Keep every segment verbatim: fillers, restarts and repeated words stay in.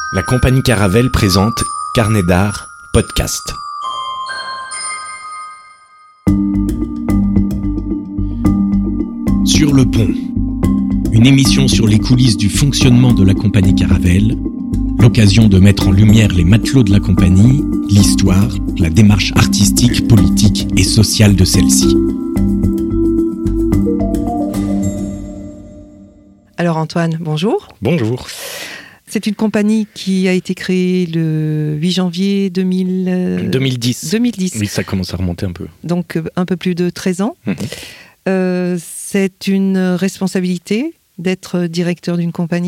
La compagnie Caravelle présente Carnet d'art, podcast. Sur le pont, une émission sur les coulisses du fonctionnement de la compagnie Caravelle, l'occasion de mettre en lumière les matelots de la compagnie, l'histoire, la démarche artistique, politique et sociale de celle-ci. Alors Antoine, bonjour. Bonjour. C'est une compagnie qui a été créée le huit janvier deux mille... deux mille dix. deux mille dix. Oui, ça commence à remonter un peu. Donc un peu plus de treize ans. Mmh. Euh, c'est une responsabilité d'être directeur d'une compagnie ?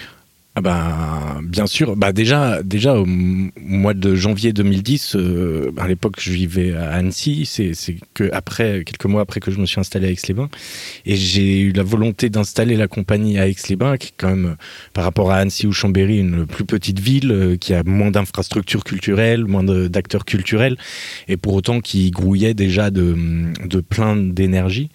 Ah bah, bien sûr. Bah déjà, déjà au mois de janvier deux mille dix, euh, à l'époque je vivais à Annecy, c'est, c'est que après, quelques mois après que je me suis installé à Aix-les-Bains, et j'ai eu la volonté d'installer la compagnie à Aix-les-Bains, qui est quand même, par rapport à Annecy ou Chambéry, une plus petite ville, euh, qui a moins d'infrastructures culturelles, moins de, d'acteurs culturels, et pour autant qui grouillait déjà de, de plein d'énergie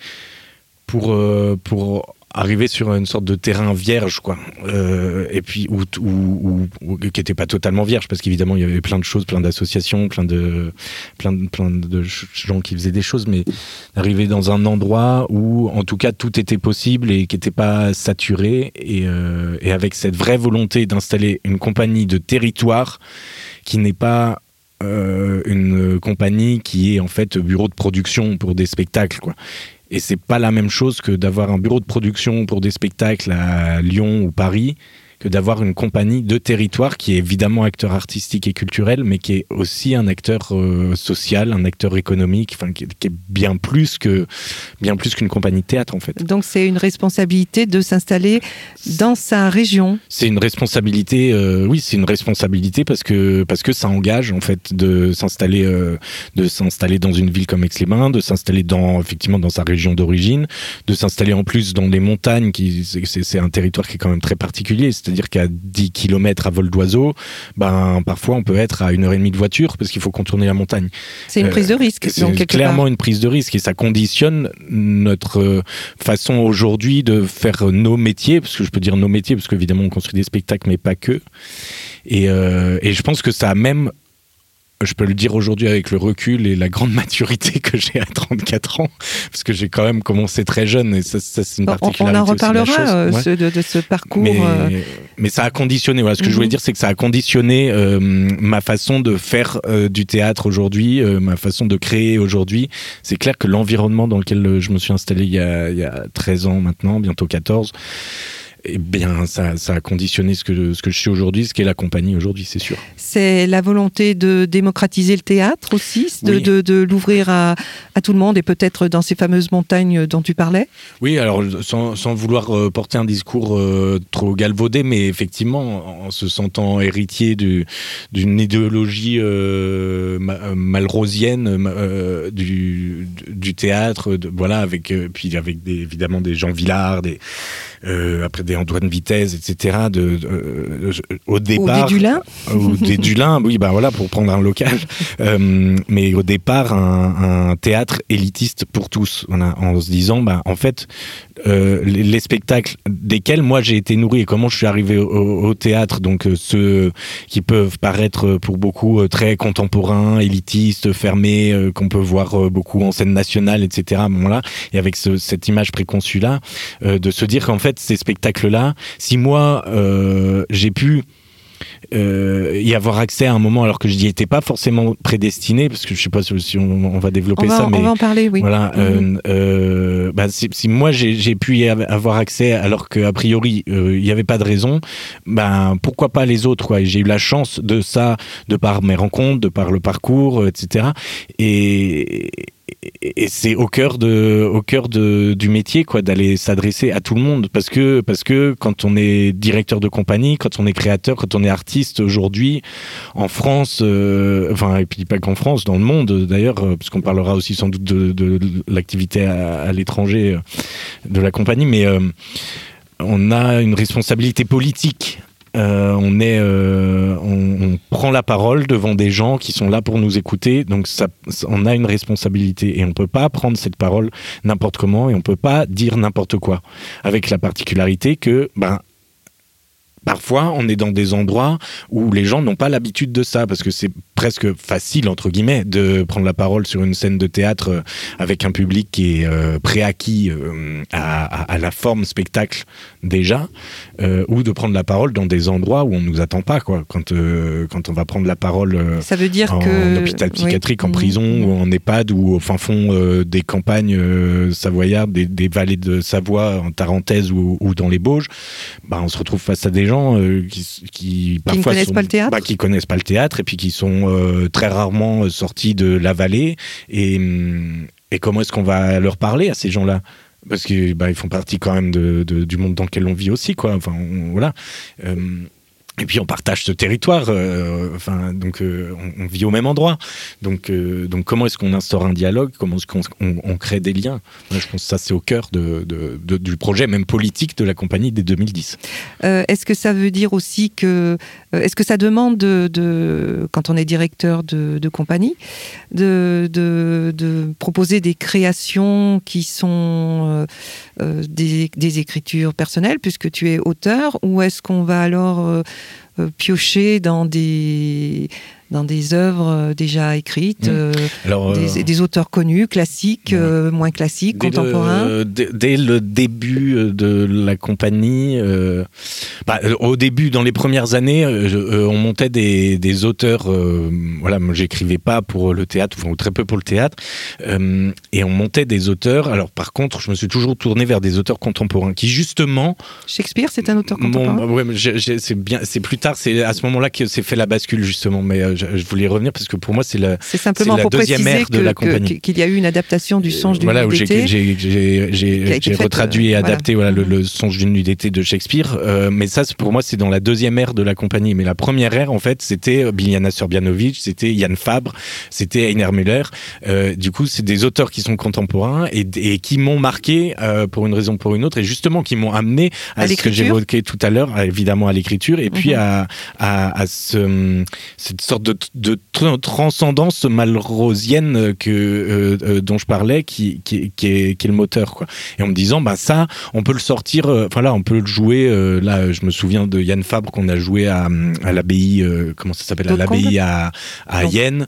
pour, euh, pour arriver sur une sorte de terrain vierge, quoi. Euh, et puis, ou, ou, ou, qui n'était pas totalement vierge, parce qu'évidemment, il y avait plein de choses, plein d'associations, plein de, plein de, plein de gens qui faisaient des choses, mais d'arriver dans un endroit où, en tout cas, tout était possible et qui n'était pas saturé, et, euh, et avec cette vraie volonté d'installer une compagnie de territoire qui n'est pas euh, une compagnie qui est, en fait, bureau de production pour des spectacles, quoi. Et c'est pas la même chose que d'avoir un bureau de production pour des spectacles à Lyon ou Paris, que d'avoir une compagnie de territoire qui est évidemment acteur artistique et culturel, mais qui est aussi un acteur euh, social, un acteur économique, enfin qui, qui est bien plus que bien plus qu'une compagnie de théâtre en fait. Donc c'est une responsabilité de s'installer dans sa région. C'est une responsabilité, euh, oui, c'est une responsabilité parce que parce que ça engage en fait de s'installer euh, de s'installer dans une ville comme Aix-les-Bains, de s'installer dans effectivement dans sa région d'origine, de s'installer en plus dans les montagnes, qui c'est, c'est, c'est un territoire qui est quand même très particulier. C'est-à-dire qu'à dix kilomètres à vol d'oiseau, ben, parfois on peut être à une heure et demie de voiture parce qu'il faut contourner la montagne. C'est une euh, prise de risque. C'est donc, clairement part. une prise de risque et ça conditionne notre façon aujourd'hui de faire nos métiers, parce que je peux dire nos métiers, parce qu'évidemment on construit des spectacles mais pas que. Et, euh, et je pense que ça a même... Je peux le dire aujourd'hui avec le recul et la grande maturité que j'ai à trente-quatre ans, parce que j'ai quand même commencé très jeune, et ça, ça c'est une particularité. On en reparlera aussi de la chose. euh, Ouais. de, de ce parcours. Mais, euh... mais ça a conditionné. Voilà, ce que mm-hmm. je voulais dire, c'est que ça a conditionné euh, ma façon de faire euh, du théâtre aujourd'hui, euh, ma façon de créer aujourd'hui. C'est clair que l'environnement dans lequel je me suis installé il y a, il y a treize ans maintenant, bientôt quatorze, eh bien, ça, ça a conditionné ce que, ce que je suis aujourd'hui, ce qu'est la compagnie aujourd'hui, c'est sûr. C'est la volonté de démocratiser le théâtre aussi, de, oui. de, de l'ouvrir à, à tout le monde et peut-être dans ces fameuses montagnes dont tu parlais ? Oui, alors sans, sans vouloir euh, porter un discours euh, trop galvaudé, mais effectivement, en se sentant héritier du, d'une idéologie euh, ma, malrosienne euh, du, du théâtre, de, voilà, avec, euh, puis avec des, évidemment des Jean Vilar, des, euh, après des Antoine Vitesse, et cetera. De, de, de, au départ, ou des Dulin, ou des Dulin, oui, ben voilà, pour prendre un local. Euh, mais au départ, un, un théâtre élitiste pour tous, voilà, en se disant, ben en fait, euh, les, les spectacles desquels moi j'ai été nourri et comment je suis arrivé au, au théâtre, donc euh, ceux qui peuvent paraître pour beaucoup euh, très contemporains, élitistes, fermés, euh, qu'on peut voir euh, beaucoup en scène nationale, et cetera. Bon là, et avec ce, cette image préconçue là, euh, de se dire qu'en fait ces spectacles-là, si moi euh, j'ai pu Euh, y avoir accès à un moment alors que je n'y étais pas forcément prédestiné, parce que je sais pas si on, on va développer on va, ça, mais on va en parler, oui. Voilà, mmh. euh, euh, bah, si, si moi j'ai, j'ai pu y avoir accès alors qu'a priori il euh, n'y avait pas de raison, ben pourquoi pas les autres, quoi. Et j'ai eu la chance de ça, de par mes rencontres, de par le parcours, et cetera. Et Et c'est au cœur de, au cœur de, du métier, quoi, d'aller s'adresser à tout le monde, parce que, parce que quand on est directeur de compagnie, quand on est créateur, quand on est artiste aujourd'hui, en France, euh, enfin, et puis pas qu'en France, dans le monde d'ailleurs, parce qu'on parlera aussi sans doute de, de, de l'activité à, à l'étranger de la compagnie, mais euh, on a une responsabilité politique. Euh, on, est, euh, on, on prend la parole devant des gens qui sont là pour nous écouter, donc ça, on a une responsabilité et on ne peut pas prendre cette parole n'importe comment et on ne peut pas dire n'importe quoi, avec la particularité que ben, parfois, on est dans des endroits où les gens n'ont pas l'habitude de ça, parce que c'est presque facile, entre guillemets, de prendre la parole sur une scène de théâtre avec un public qui est euh, préacquis euh, à, à, à la forme spectacle déjà, euh, ou de prendre la parole dans des endroits où on ne nous attend pas, quoi. Quand, euh, quand on va prendre la parole euh, ça veut dire en, que... en hôpital psychiatrique, oui. en prison, mmh. ou en EHPAD, ou au fin fond euh, des campagnes euh, savoyardes, des, des vallées de Savoie, en Tarentaise ou, ou dans les Bauges, bah, on se retrouve face à des gens euh, qui, qui parfois qui ne connaissent sont, pas le théâtre, bah, qui connaissent pas le théâtre et puis qui sont euh, très rarement sortis de la vallée. Et, et comment est-ce qu'on va leur parler à ces gens-là ? Parce qu'ils bah, ils font partie quand même de, de, du monde dans lequel on vit aussi, quoi. Enfin, on, voilà. Euh, Et puis on partage ce territoire, euh, enfin, donc euh, on, on vit au même endroit. Donc, euh, donc comment est-ce qu'on instaure un dialogue ? Comment est-ce qu'on on, on crée des liens ? Moi, je pense que ça, c'est au cœur de, de, de, du projet, même politique, de la compagnie dès deux mille dix. Euh, est-ce que ça veut dire aussi que... Euh, est-ce que ça demande, de, de, quand on est directeur de, de compagnie, de, de, de proposer des créations qui sont euh, euh, des, des écritures personnelles, puisque tu es auteur, ou est-ce qu'on va alors... Euh, piocher dans des, dans des œuvres déjà écrites, mmh. euh, Alors, des, euh, des auteurs connus, classiques, ouais. euh, moins classiques, dès contemporains le, dès, dès le début de la compagnie, euh, bah, au début, dans les premières années, euh, on montait des, des auteurs, euh, voilà, moi j'écrivais pas pour le théâtre, enfin, ou très peu pour le théâtre, euh, et on montait des auteurs. Alors par contre, je me suis toujours tourné vers des auteurs contemporains qui justement... Shakespeare, c'est un auteur contemporain bon, ouais, j'ai, j'ai, c'est, bien, c'est plus tard, c'est à ce moment-là que s'est fait la bascule justement, mais euh, je, je voulais y revenir parce que pour moi c'est la, c'est simplement c'est la pour deuxième ère que, de la compagnie. Que, qu'il y a eu une adaptation du Songe d'une voilà, nuit d'été. Voilà, où j'ai, j'ai, j'ai, j'ai retraduit euh, et adapté voilà. Voilà, le, le Songe d'une nuit d'été de Shakespeare, euh, mais ça pour moi c'est dans la deuxième ère de la compagnie, mais la première ère en fait c'était Biljana Srbljanović, c'était Jan Fabre, c'était Einar Müller, euh, du coup c'est des auteurs qui sont contemporains et, et qui m'ont marqué euh, pour une raison ou pour une autre, et justement qui m'ont amené à, à ce que j'évoquais tout à l'heure, évidemment à l'écriture, et puis mm-hmm. à, à, à ce, cette sorte de, de transcendance malrosienne que, euh, euh, dont je parlais, qui, qui, qui, est, qui est le moteur, quoi. Et en me disant, bah ça, on peut le sortir, enfin euh, là, on peut le jouer, euh, là, je me souviens de Jan Fabre qu'on a joué à, à l'abbaye, euh, comment ça s'appelle, à l'abbaye à, à Yenne,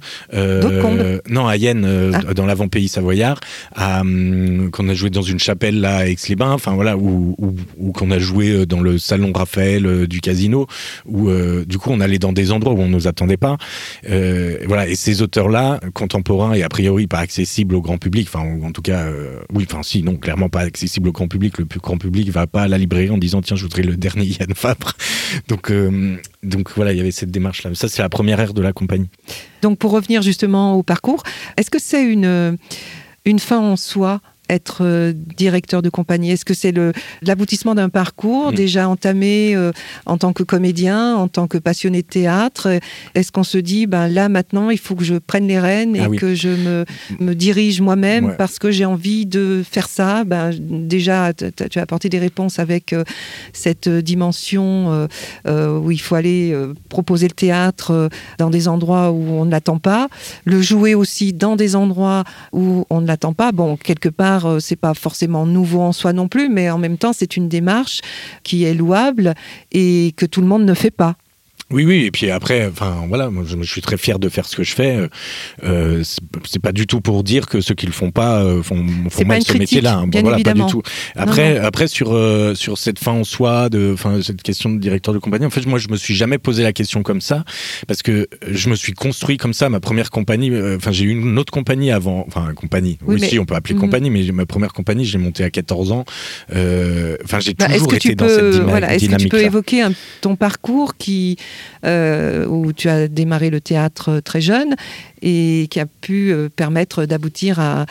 euh, non, à Yenne, euh, ah. dans l'avant-pays savoyard, à, euh, qu'on a joué dans une chapelle, là, à Aix-les-Bains, enfin voilà, ou, ou, ou qu'on a joué dans le salon Raphaël euh, du casino, où, euh, du coup, on allait dans des endroits où on ne nous attendait pas. Euh, voilà, et ces auteurs-là, contemporains et a priori pas accessibles au grand public, enfin, en tout cas, euh, oui, enfin, si, non, clairement pas accessibles au grand public. Le plus grand public va pas à la librairie en disant, tiens, je voudrais le dernier Jan Fabre. Donc, euh, donc voilà, il y avait cette démarche-là. Ça, c'est la première ère de la compagnie. Donc, pour revenir justement au parcours, est-ce que c'est une, une fin en soi ? Être euh, directeur de compagnie, est-ce que c'est le, l'aboutissement d'un parcours mmh. déjà entamé euh, en tant que comédien, en tant que passionné de théâtre ? Est-ce qu'on se dit, ben là maintenant, il faut que je prenne les rênes et ah oui. que je me, me dirige moi-même ouais. parce que j'ai envie de faire ça ? Ben, déjà, tu as apporté des réponses avec euh, cette dimension euh, euh, où il faut aller euh, proposer le théâtre euh, dans des endroits où on ne l'attend pas, le jouer aussi dans des endroits où on ne l'attend pas. Bon, quelque part, c'est pas forcément nouveau en soi non plus, mais en même temps, c'est une démarche qui est louable et que tout le monde ne fait pas. Oui, oui, et puis après, enfin voilà, moi je suis très fier de faire ce que je fais. Euh, c'est, c'est pas du tout pour dire que ceux qui le font pas euh, font, font mal ce métier-là. Hein. Bon, voilà, évidemment. Pas du tout. Après, non, non. après sur euh, sur cette fin en soi, de, enfin cette question de directeur de compagnie. En fait, moi, je me suis jamais posé la question comme ça parce que je me suis construit comme ça. Ma première compagnie, enfin euh, j'ai eu une autre compagnie avant, enfin compagnie. Oui, oui mais... si on peut appeler mmh. compagnie, mais ma première compagnie, j'ai monté à quatorze ans. Enfin, euh, j'ai bah, toujours été dans peux, cette dyma- voilà, dynamique. Est-ce que tu peux évoquer un, ton parcours qui Euh, où tu as démarré le théâtre très jeune et qui a pu euh, permettre d'aboutir à,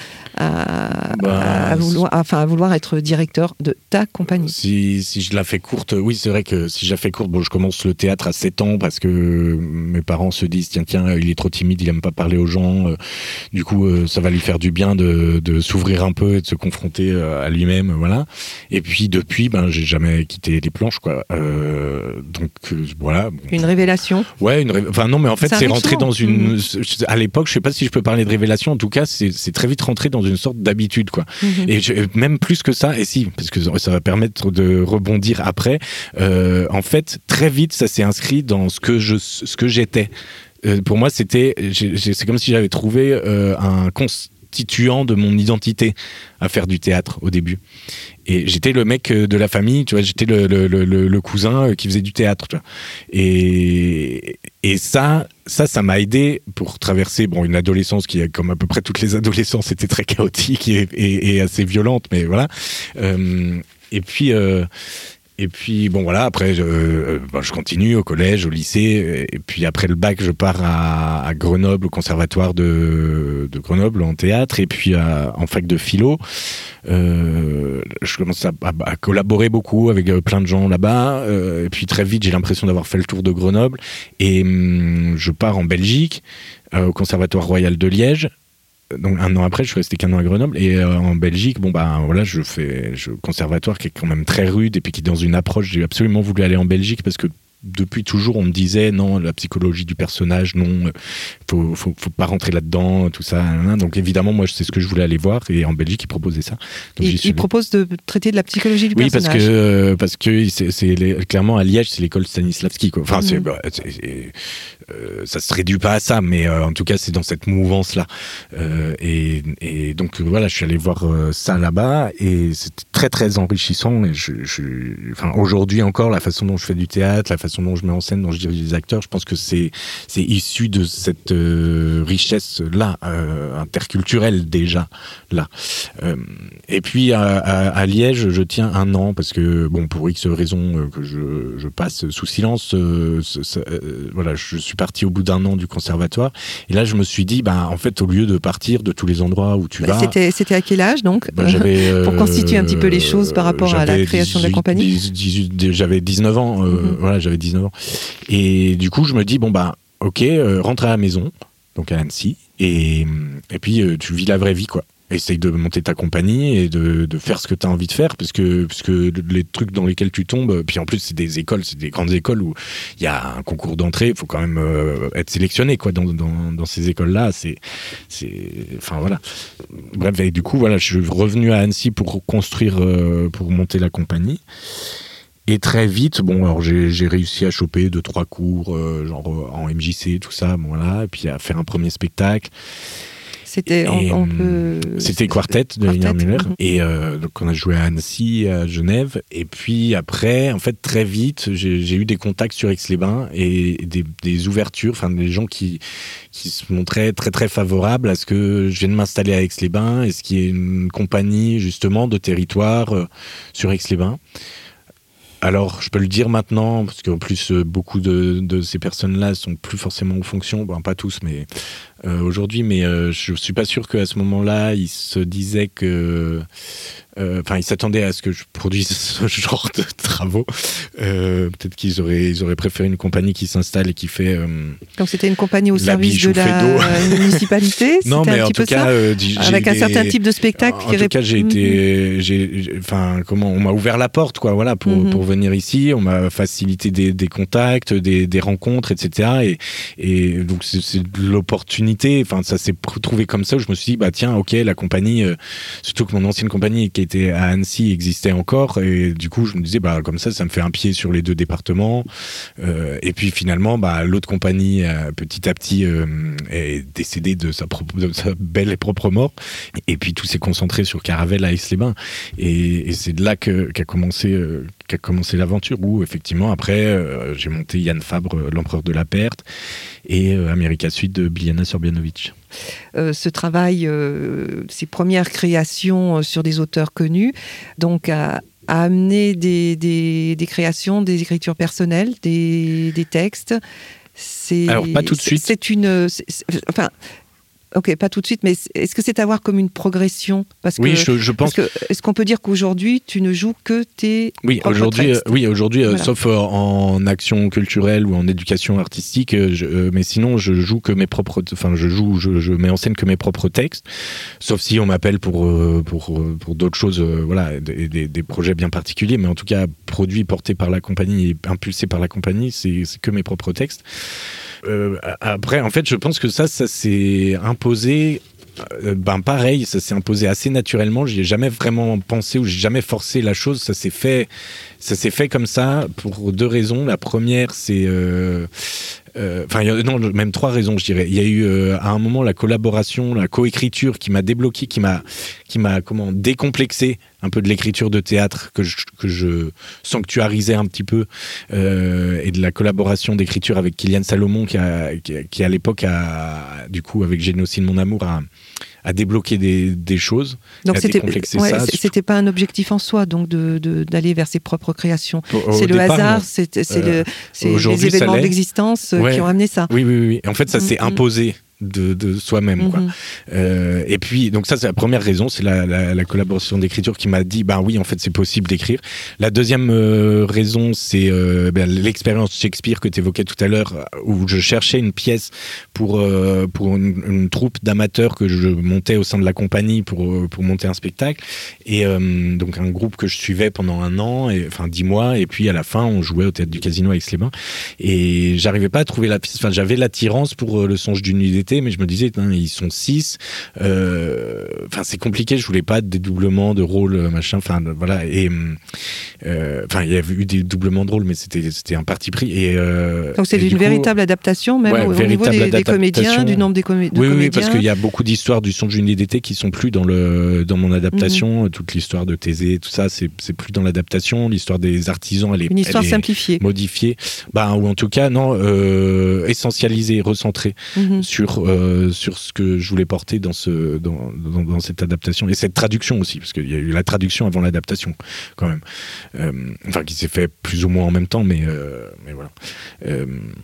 à, bah, à, à, vouloir, enfin, à vouloir être directeur de ta compagnie. Si, si je la fais courte, oui, c'est vrai que si je la fais courte, bon, je commence le théâtre à sept ans parce que mes parents se disent tiens, tiens, il est trop timide, il aime pas parler aux gens. Euh, du coup, euh, ça va lui faire du bien de, de s'ouvrir un peu et de se confronter euh, à lui-même, voilà. Et puis depuis, ben, j'ai jamais quitté les planches, quoi. Euh, donc euh, voilà. Bon. Une révélation. Ouais, une ré... enfin non, mais en fait, c'est, c'est rentré dans une. Mmh. À l'époque, je sais pas si je peux parler de révélation, en tout cas, c'est, c'est très vite rentré dans une sorte d'habitude, quoi. Mm-hmm. Et je, même plus que ça, et si, parce que ça va permettre de rebondir après, euh, en fait, très vite, ça s'est inscrit dans ce que, je, ce que j'étais. Euh, pour moi, c'était, j'ai, j'ai, c'est comme si j'avais trouvé euh, un constituant de mon identité à faire du théâtre au début. Et j'étais le mec de la famille, tu vois, j'étais le, le, le, le cousin qui faisait du théâtre, tu vois. Et, et ça, ça, ça m'a aidé pour traverser bon, une adolescence qui, comme à peu près toutes les adolescences, était très chaotique et, et, et assez violente, mais voilà. Euh, et puis... Euh, Et puis, bon, voilà, après, je, euh, ben, je continue au collège, au lycée. Et puis, après le bac, je pars à, à Grenoble, au conservatoire de, de Grenoble, en théâtre. Et puis, à, en fac de philo. Euh, je commence à, à, à collaborer beaucoup avec euh, plein de gens là-bas. Euh, et puis, très vite, j'ai l'impression d'avoir fait le tour de Grenoble. Et hum, je pars en Belgique, euh, au Conservatoire Royal de Liège. Donc un an après, je suis resté qu'un an à Grenoble et euh, en Belgique, bon bah voilà, je fais je conservatoire qui est quand même très rude et puis qui est dans une approche. J'ai absolument voulu aller en Belgique parce que depuis toujours, on me disait non, la psychologie du personnage, non, faut, faut, faut pas rentrer là-dedans, tout ça. Donc évidemment, moi, c'est ce que je voulais aller voir. Et en Belgique, ils proposaient ça. Donc, et, ils proposent de traiter de la psychologie du oui, personnage. Oui, parce que, parce que c'est, c'est les, clairement, à Liège, c'est l'école Stanislavski, quoi. Enfin, mmh. c'est, bah, c'est, c'est, euh, ça se réduit pas à ça, mais euh, en tout cas, c'est dans cette mouvance-là. Euh, et, et donc, voilà, je suis allé voir euh, ça là-bas et c'était très, très enrichissant. Et je, je, enfin, aujourd'hui encore, la façon dont je fais du théâtre, la façon dont je mets en scène, dont je dirige les acteurs, je pense que c'est, c'est issu de cette euh, richesse-là, euh, interculturelle déjà, là. Euh, et puis, à, à, à Liège, je tiens un an, parce que, bon, pour X raisons euh, que je, je passe sous silence, euh, ça, euh, voilà, je suis parti au bout d'un an du conservatoire, et là, je me suis dit, bah, en fait, au lieu de partir de tous les endroits où tu bah, vas... C'était, c'était à quel âge, donc bah, j'avais, euh, pour constituer un petit peu les choses par rapport à la création dix-huit, de la compagnie dix, dix-huit, j'avais dix-neuf ans, euh, mm-hmm. voilà, j'avais dix-neuf ans. Et du coup, je me dis, bon, bah, ok, euh, rentre à la maison, donc à Annecy, et, et puis euh, tu vis la vraie vie, quoi. Essaye de monter ta compagnie et de, de faire ce que tu as envie de faire, parce que, parce que les trucs dans lesquels tu tombes, puis en plus, c'est des écoles, c'est des grandes écoles où il y a un concours d'entrée, il faut quand même euh, être sélectionné, quoi, dans, dans, dans ces écoles-là. C'est, c'est, enfin, voilà. Bref, et du coup, voilà, je suis revenu à Annecy pour construire, euh, pour monter la compagnie. Et très vite, bon, alors j'ai, j'ai réussi à choper deux, trois cours, euh, genre en M J C, tout ça, bon, voilà, et puis à faire un premier spectacle. C'était, on, on peut... C'était Quartet de Lina Müller. Mm-hmm. Et euh, donc on a joué à Annecy, à Genève. Et puis après, en fait, très vite, j'ai, j'ai eu des contacts sur Aix-les-Bains et des, des ouvertures, enfin des gens qui, qui se montraient très très favorables à ce que je vienne m'installer à Aix-les-Bains et ce qui est une compagnie justement de territoire euh, sur Aix-les-Bains. Alors, je peux le dire maintenant, parce qu'en plus, euh, beaucoup de, de ces personnes-là sont plus forcément en fonction, bon, pas tous, mais euh, aujourd'hui, mais euh, je suis pas sûr qu'à ce moment-là, ils se disaient que... Enfin, euh, ils s'attendaient à ce que je produise ce genre de travaux. Euh, peut-être qu'ils auraient, ils auraient préféré une compagnie qui s'installe et qui fait... Euh, Donc, c'était une compagnie au service de la municipalité. Non, mais en tout cas... Euh, avec un des... certain type de spectacle. En qui tout rép... cas, j'ai été... J'ai, enfin, comment... On m'a ouvert la porte, quoi, voilà, pour, mm-hmm. pour venir ici. On m'a facilité des, des contacts, des, des rencontres, et cetera. Et, et donc, c'est, c'est de l'opportunité. Enfin, ça s'est trouvé comme ça, où je me suis dit, bah tiens, ok, la compagnie... Euh, surtout que mon ancienne compagnie, qui était à Annecy, existait encore, et du coup je me disais bah comme ça ça me fait un pied sur les deux départements, euh, et puis finalement bah l'autre compagnie euh, petit à petit euh, est décédée de sa, propre, de sa belle et propre mort, et puis tout s'est concentré sur Caravelle à Aix-les-Bains, et, et c'est de là que, qu'a commencé euh, qu'a commencé l'aventure, où effectivement après euh, j'ai monté Yann Fabre, euh, l'empereur de la perte, et euh, America Suite de Biljana Sorbjanović. Euh, ce travail, euh, ces premières créations euh, sur des auteurs connus, donc à, à amener des, des, des créations, des écritures personnelles, des, des textes. C'est, Alors pas tout de suite. C'est, c'est une, c'est, c'est, enfin. Ok, pas tout de suite, mais est-ce que c'est à voir comme une progression ? Parce que, oui, je, je pense. Parce que, est-ce qu'on peut dire qu'aujourd'hui, tu ne joues que tes oui, propres aujourd'hui, textes ? euh, oui, aujourd'hui, voilà. euh, sauf euh, en action culturelle ou en éducation artistique, euh, je, euh, mais sinon, je joue que mes propres, enfin, je joue, je, je mets en scène que mes propres textes, sauf si on m'appelle pour euh, pour pour d'autres choses, euh, voilà, des, des, des projets bien particuliers, mais en tout cas, produits portés par la compagnie et impulsés par la compagnie, c'est, c'est que mes propres textes. Euh, après, en fait, je pense que ça, ça s'est imposé. Euh, ben pareil, ça s'est imposé assez naturellement. J'y ai jamais vraiment pensé ou j'ai jamais forcé la chose. Ça s'est fait, ça s'est fait comme ça pour deux raisons. La première, c'est euh, Enfin, euh, non, même trois raisons, je dirais. Il y a eu euh, à un moment la collaboration, la coécriture qui m'a débloqué, qui m'a, qui m'a comment décomplexé un peu de l'écriture de théâtre que je, que je sanctuarisais un petit peu, euh, et de la collaboration d'écriture avec Kylian Salomon qui, a, qui, qui à l'époque a, du coup, avec Génocide mon amour, a, a débloqué des, des choses. Donc c'était, ouais, ça. C'était pas un objectif en soi, donc de, de, d'aller vers ses propres créations. Au, c'est au le départ, hasard, c'est, c'est, euh, le, c'est les événements d'existence ouais. qui ont amené ça. Oui, oui, oui. En fait, ça mm-hmm. s'est imposé. De, de soi-même mm-hmm. quoi. Euh, et puis donc ça c'est la première raison, c'est la, la, la collaboration d'écriture qui m'a dit bah oui en fait c'est possible d'écrire. La deuxième euh, raison c'est euh, ben, l'expérience Shakespeare que tu évoquais tout à l'heure, où je cherchais une pièce pour, euh, pour une, une troupe d'amateurs que je montais au sein de la compagnie pour, pour monter un spectacle, et euh, donc un groupe que je suivais pendant un an, et, enfin dix mois, et puis à la fin on jouait au Théâtre du Casino à Aix-les-Bains, et j'arrivais pas à trouver la piste, enfin j'avais l'attirance pour Le Songe d'une nuit d'été, mais je me disais, ils sont six, euh, enfin c'est compliqué, je voulais pas de dédoublement de rôle, machin, enfin voilà, et euh, enfin il y avait eu des doublements de rôle, mais c'était c'était un parti pris. Et euh, donc c'est une véritable adaptation, même ouais, au, au niveau des, des comédiens, du nombre des comé- de oui, comédiens. Oui, parce qu'il y a beaucoup d'histoires du Songe d'une nuit d'été qui sont plus dans le dans mon adaptation. Mm-hmm. Toute l'histoire de Thésée, tout ça, c'est c'est plus dans l'adaptation. L'histoire des artisans, elle est une histoire elle est simplifiée, modifiée, bah ou en tout cas non, euh, essentialisée, recentrée mm-hmm. sur Euh, sur ce que je voulais porter dans, ce, dans, dans, dans cette adaptation, et cette traduction aussi, parce qu'il y a eu la traduction avant l'adaptation quand même, euh, enfin qui s'est fait plus ou moins en même temps, mais, euh, mais voilà. Euh,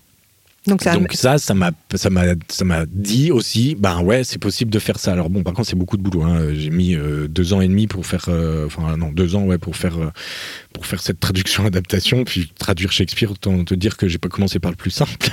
Donc, ça, Donc ça, ça m'a, ça m'a, ça m'a dit aussi, ben ouais, c'est possible de faire ça. Alors bon, par contre, c'est beaucoup de boulot. Hein. J'ai mis euh, deux ans et demi pour faire, euh, enfin non, deux ans, ouais, pour faire, euh, pour faire cette traduction adaptation, puis traduire Shakespeare. Autant te dire que j'ai pas commencé par le plus simple.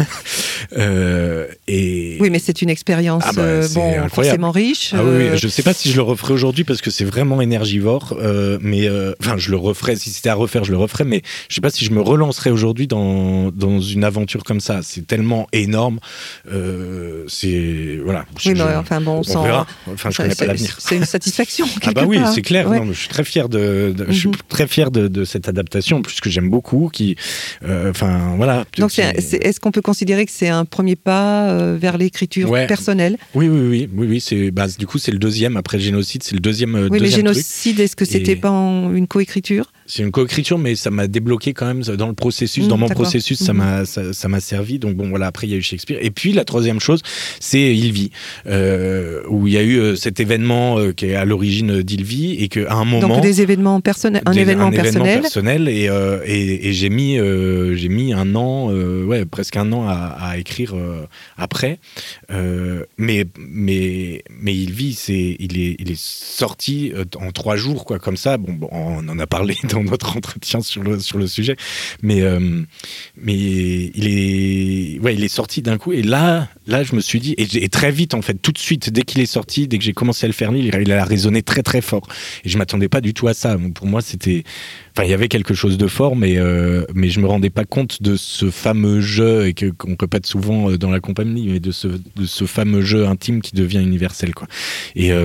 euh, et oui, mais c'est une expérience, ah bah, euh, bon, incroyable. Forcément riche. Ah oui, oui, je sais pas si je le referai aujourd'hui parce que c'est vraiment énergivore. Euh, mais enfin, euh, je le referai si c'était à refaire, je le referai. Mais je sais pas si je me relancerai aujourd'hui dans dans une aventure comme ça. C'est tellement énorme, euh, c'est voilà. Oui, je, mais enfin bon, on, on verra. Enfin, je connais pas l'avenir. C'est une satisfaction. Ah bah oui, part. c'est clair. Ouais. Non, je suis très fier de, de mm-hmm. je suis très fier de, de cette adaptation, en plus que j'aime beaucoup. Qui, enfin euh, voilà. Donc c'est, c'est, est-ce qu'on peut considérer que c'est un premier pas euh, vers l'écriture ouais. personnelle? Oui, oui, oui, oui, oui. C'est bah, du coup c'est le deuxième après le Génocide, c'est le deuxième. Oui, deuxième mais Génocide, truc. Est-ce que c'était Et... pas en, une coécriture? C'est une coécriture, mais ça m'a débloqué quand même dans le processus, mmh, dans mon d'accord. processus, mmh. ça m'a ça, ça m'a servi. Donc bon, voilà. Après, il y a eu Shakespeare. Et puis la troisième chose, c'est Il vit, euh, où il y a eu euh, cet événement euh, qui est à l'origine d'Il vit, et qu'à un moment. Donc des événements personnels, un des, événement un personnel. événement personnel, et, euh, et, et j'ai mis euh, j'ai mis un an, euh, ouais, presque un an à, à écrire euh, après. Euh, mais mais mais Il vit, c'est il est il est sorti en trois jours, quoi, comme ça. Bon, bon on en a parlé dans notre entretien sur le sur le sujet, mais euh, mais il est ouais il est sorti d'un coup, et là là je me suis dit, et, et très vite en fait, tout de suite, dès qu'il est sorti, dès que j'ai commencé à le faire lire, il a résonné très très fort, et je m'attendais pas du tout à ça. Pour moi c'était, enfin il y avait quelque chose de fort, mais euh, mais je me rendais pas compte de ce fameux jeu, et que qu'on répète souvent dans la compagnie, mais de ce de ce fameux jeu intime qui devient universel, quoi. Et euh,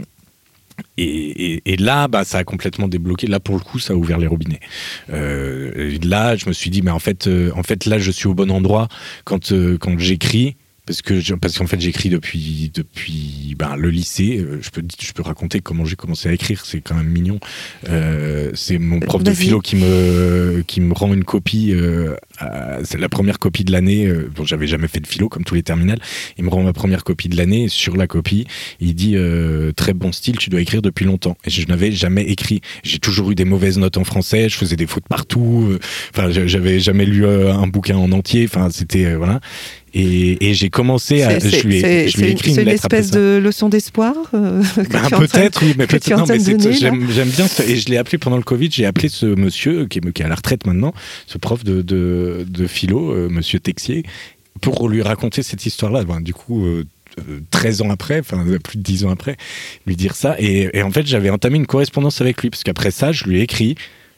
Et, et, et là, bah, ça a complètement débloqué. Là, pour le coup, ça a ouvert les robinets. Euh, là, je me suis dit, mais en fait, euh, en fait, là, je suis au bon endroit quand, euh, quand j'écris. Parce que je, parce qu'en fait j'écris depuis depuis ben, le lycée. Je peux je peux raconter comment j'ai commencé à écrire, c'est quand même mignon. Euh, c'est mon prof Vas-y. de philo qui me qui me rend une copie. Euh, à, c'est la première copie de l'année. Euh, bon, j'avais jamais fait de philo comme tous les terminales. Il me rend ma première copie de l'année. Sur la copie, il dit euh, très bon style, tu dois écrire depuis longtemps. Et je n'avais jamais écrit. J'ai toujours eu des mauvaises notes en français. Je faisais des fautes partout. Enfin, j'avais jamais lu un bouquin en entier. Enfin, c'était euh, voilà. Et, et j'ai commencé à. C'est, je lui ai, c'est, je lui ai écrit c'est une, une lettre espèce de leçon d'espoir euh, ben, peut-être, oui, mais peut-être. Non, mais c'est, donner, j'aime, j'aime bien. Ce, et je l'ai appelé pendant le Covid. J'ai appelé ce monsieur qui est, qui est à la retraite maintenant, ce prof de, de, de philo, euh, monsieur Texier, pour lui raconter cette histoire-là. Ben, du coup. Euh, treize ans après, enfin plus de dix ans après, lui dire ça. Et, et en fait, j'avais entamé une correspondance avec lui, parce qu'après ça, je lui ai écrit.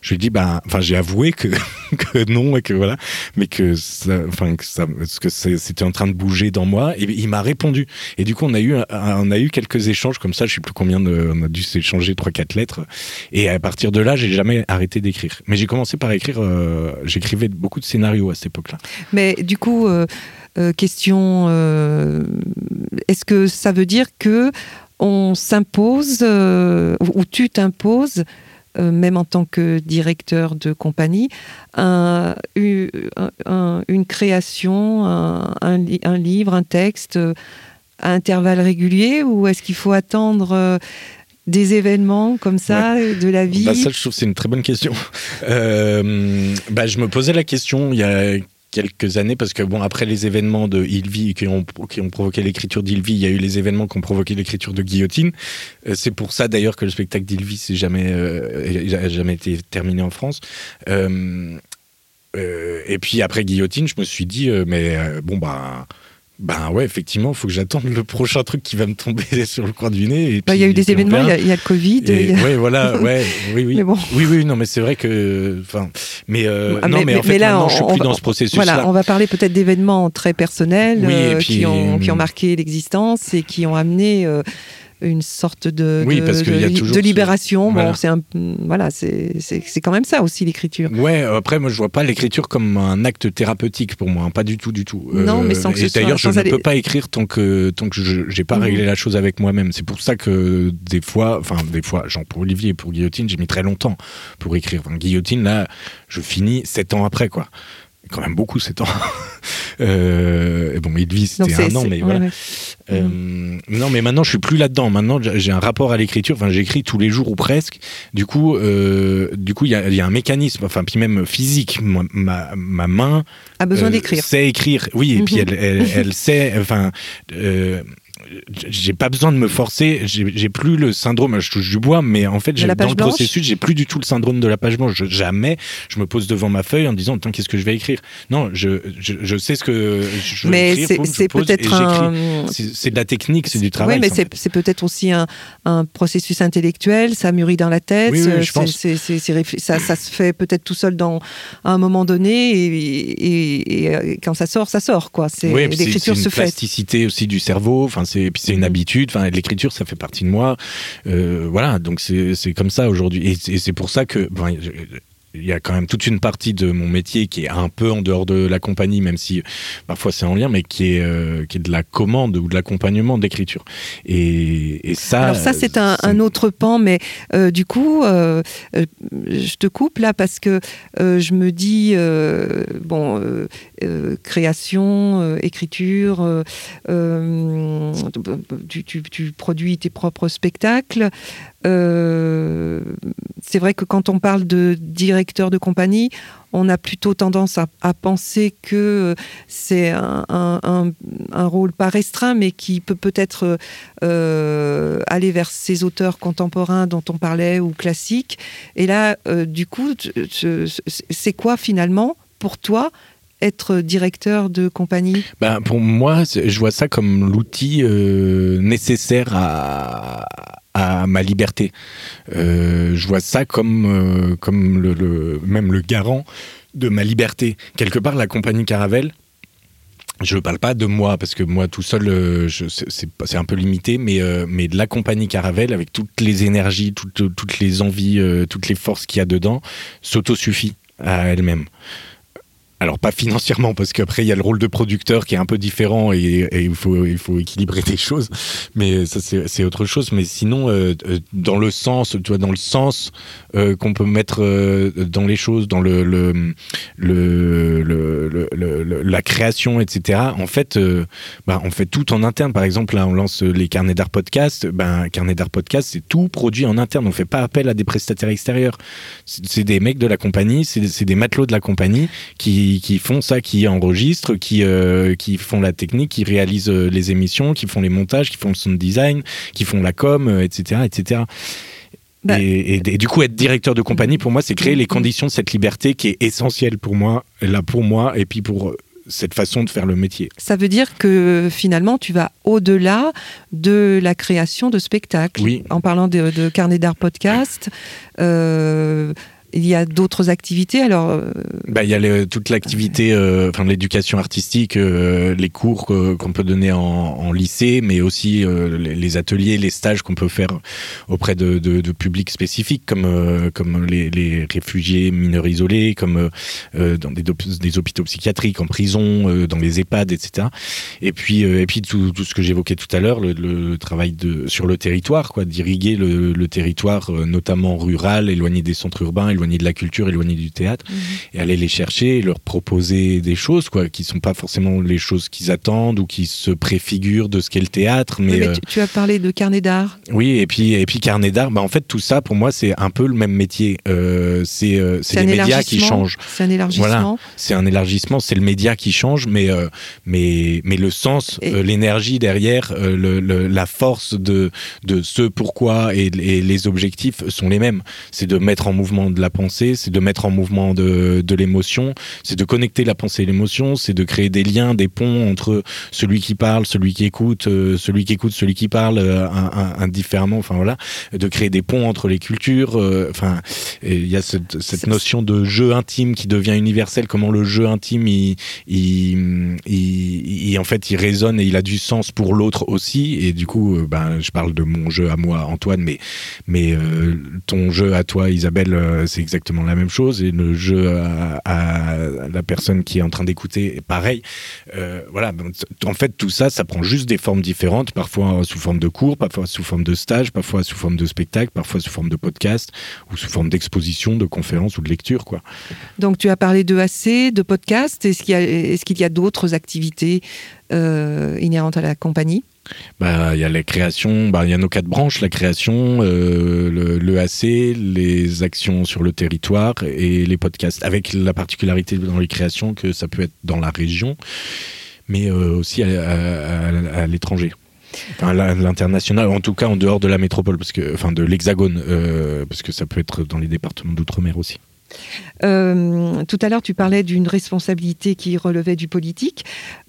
je lui ai dit, bah, enfin, j'ai avoué que, que non, et que voilà, mais que ça, enfin, que ça, que c'était en train de bouger dans moi, et il m'a répondu. Et du coup, on a eu, on a eu quelques échanges comme ça, je sais plus combien de, on a dû s'échanger trois, quatre lettres. Et à partir de là, j'ai jamais arrêté d'écrire. Mais j'ai commencé par écrire, euh, j'écrivais beaucoup de scénarios à cette époque-là. Mais du coup, euh, euh, question, euh, est-ce que ça veut dire que on s'impose, euh, ou tu t'imposes, euh, même en tant que directeur de compagnie, un, un, un, une création, un, un, un livre, un texte euh, à intervalles réguliers, ou est-ce qu'il faut attendre euh, des événements comme ça, ouais. de la vie? Bah ça, je trouve que c'est une très bonne question. Euh, bah, je me posais la question il y a quelques années, parce que bon, après les événements de Ilvi qui ont, qui ont provoqué l'écriture d'Ilvi, il y a eu les événements qui ont provoqué l'écriture de Guillotine. Euh, c'est pour ça d'ailleurs que le spectacle d'Ilvi n'a jamais, euh, jamais été terminé en France. Euh, euh, et puis après Guillotine, je me suis dit, euh, mais euh, bon, bah... Ben ouais, effectivement, il faut que j'attende le prochain truc qui va me tomber sur le coin du nez. Il bah, y a eu des événements, il y, y a le Covid. Et, a... Ouais, voilà, ouais, oui, oui. Mais bon. Oui, oui, non, mais c'est vrai que. Enfin, mais, euh, ah, non, mais, mais en fait, mais là, maintenant, on, je suis plus dans ce processus-là. Voilà, on va parler peut-être d'événements très personnels oui, euh, puis, qui, ont, qui ont marqué l'existence et qui ont amené. Euh, une sorte de, oui, de, parce de, y a toujours de libération. ce... Bon, voilà. c'est, un, voilà, c'est, c'est, c'est quand même ça aussi, l'écriture. Ouais, après, moi, je vois pas l'écriture comme un acte thérapeutique pour moi, hein, pas du tout, du tout. Non, euh, mais sans que et ce d'ailleurs, soit, je ne aller... peux pas écrire tant que, tant que je n'ai pas mmh. réglé la chose avec moi-même. C'est pour ça que des fois, enfin, des fois, genre pour Olivier et pour Guillotine, j'ai mis très longtemps pour écrire. Enfin, Guillotine, là, je finis sept ans après, quoi. Quand même beaucoup, sept ans. euh, et bon, Ilvi, c'était Donc, un an, mais ouais, voilà. Ouais. Euh, mmh. Non, mais maintenant, je suis plus là-dedans. Maintenant, j'ai un rapport à l'écriture. Enfin, j'écris tous les jours ou presque. Du coup, euh, du coup, il y a, y a un mécanisme. Enfin, puis même physique. Moi, ma, ma main a besoin euh, d'écrire. Sait écrire. Oui, et mmh. puis elle, elle, elle sait. Enfin. Euh, j'ai pas besoin de me forcer, j'ai, j'ai plus le syndrome, je touche du bois, mais en fait, j'ai, dans le blanche. processus, j'ai plus du tout le syndrome de la page blanche. Je, jamais je me pose devant ma feuille en disant, attends, qu'est-ce que je vais écrire? Non, je, je, je sais ce que je mais veux écrire, c'est, boum, c'est je pose peut-être et j'écris. un... C'est, c'est de la technique, c'est du travail. Oui, mais c'est, c'est peut-être aussi un, un processus intellectuel, ça mûrit dans la tête, oui, oui, je c'est, pense. C'est, c'est, c'est, c'est, ça, ça se fait peut-être tout seul dans, à un moment donné, et, et, et quand ça sort, ça sort, quoi. C'est, oui, l'écriture c'est, c'est se une fait. Plasticité aussi du cerveau, enfin, c'est, puis c'est une mmh. habitude. Enfin, l'écriture, ça fait partie de moi. Euh, voilà, donc c'est, c'est comme ça aujourd'hui. Et, et c'est pour ça que... Ben, je, il y a quand même toute une partie de mon métier qui est un peu en dehors de la compagnie, même si parfois c'est en lien, mais qui est, euh, qui est de la commande ou de l'accompagnement d'écriture. Et, et ça... Alors ça, c'est un, c'est... un autre pan, mais euh, du coup, euh, euh, je te coupe là parce que euh, je me dis, euh, bon, euh, euh, création, euh, écriture, euh, euh, tu, tu, tu produis tes propres spectacles. Euh, c'est vrai que quand on parle de directeur de compagnie, on a plutôt tendance à, à penser que c'est un, un, un rôle pas restreint, mais qui peut peut-être euh, aller vers ces auteurs contemporains dont on parlait ou classiques. Et là, euh, du coup, c'est quoi finalement pour toi être directeur de compagnie? Ben, pour moi, je vois ça comme l'outil euh, nécessaire à, à ma liberté. Euh, je vois ça comme, euh, comme le, le, même le garant de ma liberté. Quelque part, la compagnie Caravelle, je ne parle pas de moi, parce que moi, tout seul, euh, je, c'est, c'est, c'est un peu limité, mais, euh, mais de la compagnie Caravelle, avec toutes les énergies, toutes, toutes les envies, euh, toutes les forces qu'il y a dedans, s'autosuffit à elle-même. Alors pas financièrement, parce qu'après il y a le rôle de producteur qui est un peu différent et, et il faut il faut équilibrer des choses, mais ça c'est c'est autre chose. Mais sinon euh, dans le sens, tu vois, dans le sens euh, qu'on peut mettre euh, dans les choses, dans le le le, le, le, le, le la création, et cetera. En fait, euh, bah, on fait tout en interne. Par exemple, là on lance les carnets d'art podcast. Ben carnet d'art podcast, c'est tout produit en interne. On fait pas appel à des prestataires extérieurs. C'est, c'est des mecs de la compagnie, c'est, c'est des matelots de la compagnie qui qui font ça, qui enregistrent, qui, euh, qui font la technique, qui réalisent euh, les émissions, qui font les montages, qui font le sound design, qui font la com, euh, et cetera, et cetera. Bah, et, et, et du coup, être directeur de compagnie, pour moi, c'est créer les conditions de cette liberté qui est essentielle pour moi, là pour moi, et puis pour cette façon de faire le métier. Ça veut dire que finalement, tu vas au-delà de la création de spectacles. Oui. En parlant de, de carnet d'art podcast, euh, il y a d'autres activités. Alors, euh... bah, il y a les, toute l'activité, euh, enfin l'éducation artistique, euh, les cours euh, qu'on peut donner en, en lycée, mais aussi euh, les, les ateliers, les stages qu'on peut faire auprès de, de, de publics spécifiques, comme euh, comme les, les réfugiés mineurs isolés, comme euh, dans des, des hôpitaux psychiatriques, en prison, euh, dans les EHPAD, et cetera. Et puis euh, et puis tout, tout ce que j'évoquais tout à l'heure, le, le travail de sur le territoire, quoi, d'irriguer le, le territoire, euh, notamment rural, éloigné des centres urbains, éloigné de la culture, éloigné du théâtre, mmh. et aller les chercher, leur proposer des choses, quoi, qui sont pas forcément les choses qu'ils attendent ou qui se préfigurent de ce qu'est le théâtre. Mais, oui, mais euh... tu, tu as parlé de carnet d'art. Oui, et puis et puis carnet d'art. Bah en fait tout ça pour moi c'est un peu le même métier. Euh, c'est euh, c'est, c'est les médias qui changent. C'est un élargissement. Voilà, c'est un élargissement. C'est le média qui change, mais euh, mais mais le sens, et... euh, l'énergie derrière, euh, le, le, la force de de ce pourquoi et, et les objectifs sont les mêmes. C'est de mettre en mouvement de la pensée, c'est de mettre en mouvement de de l'émotion, c'est de connecter la pensée et l'émotion, c'est de créer des liens, des ponts entre celui qui parle, celui qui écoute, euh, celui qui écoute, celui qui parle, euh, un, un, indifféremment. Enfin voilà, de créer des ponts entre les cultures. Euh, enfin, il y a cette, cette notion de jeu intime qui devient universel. Comment le jeu intime, il, il, il, il en fait, il résonne et il a du sens pour l'autre aussi. Et du coup, euh, ben, je parle de mon jeu à moi, Antoine, mais mais euh, ton jeu à toi, Isabelle, euh, c'est exactement la même chose. Et le jeu à, à la personne qui est en train d'écouter est pareil. Euh, voilà. En fait, tout ça, ça prend juste des formes différentes, parfois sous forme de cours, parfois sous forme de stage, parfois sous forme de spectacle, parfois sous forme de podcast ou sous forme d'exposition, de conférence ou de lecture, quoi. Donc tu as parlé de A C, de podcast. Est-ce qu'il y a, est-ce qu'il y a d'autres activités euh, inhérentes à la compagnie ? Bah, il y a la création, bah, il y a nos quatre branches, la création, euh, le, le A C, les actions sur le territoire et les podcasts, avec la particularité dans les créations que ça peut être dans la région, mais euh, aussi à, à, à, à l'étranger. Enfin, l'international, en tout cas en dehors de la métropole, parce que, enfin de l'Hexagone, euh, parce que ça peut être dans les départements d'outre-mer aussi. Euh, tout à l'heure, tu parlais d'une responsabilité qui relevait du politique,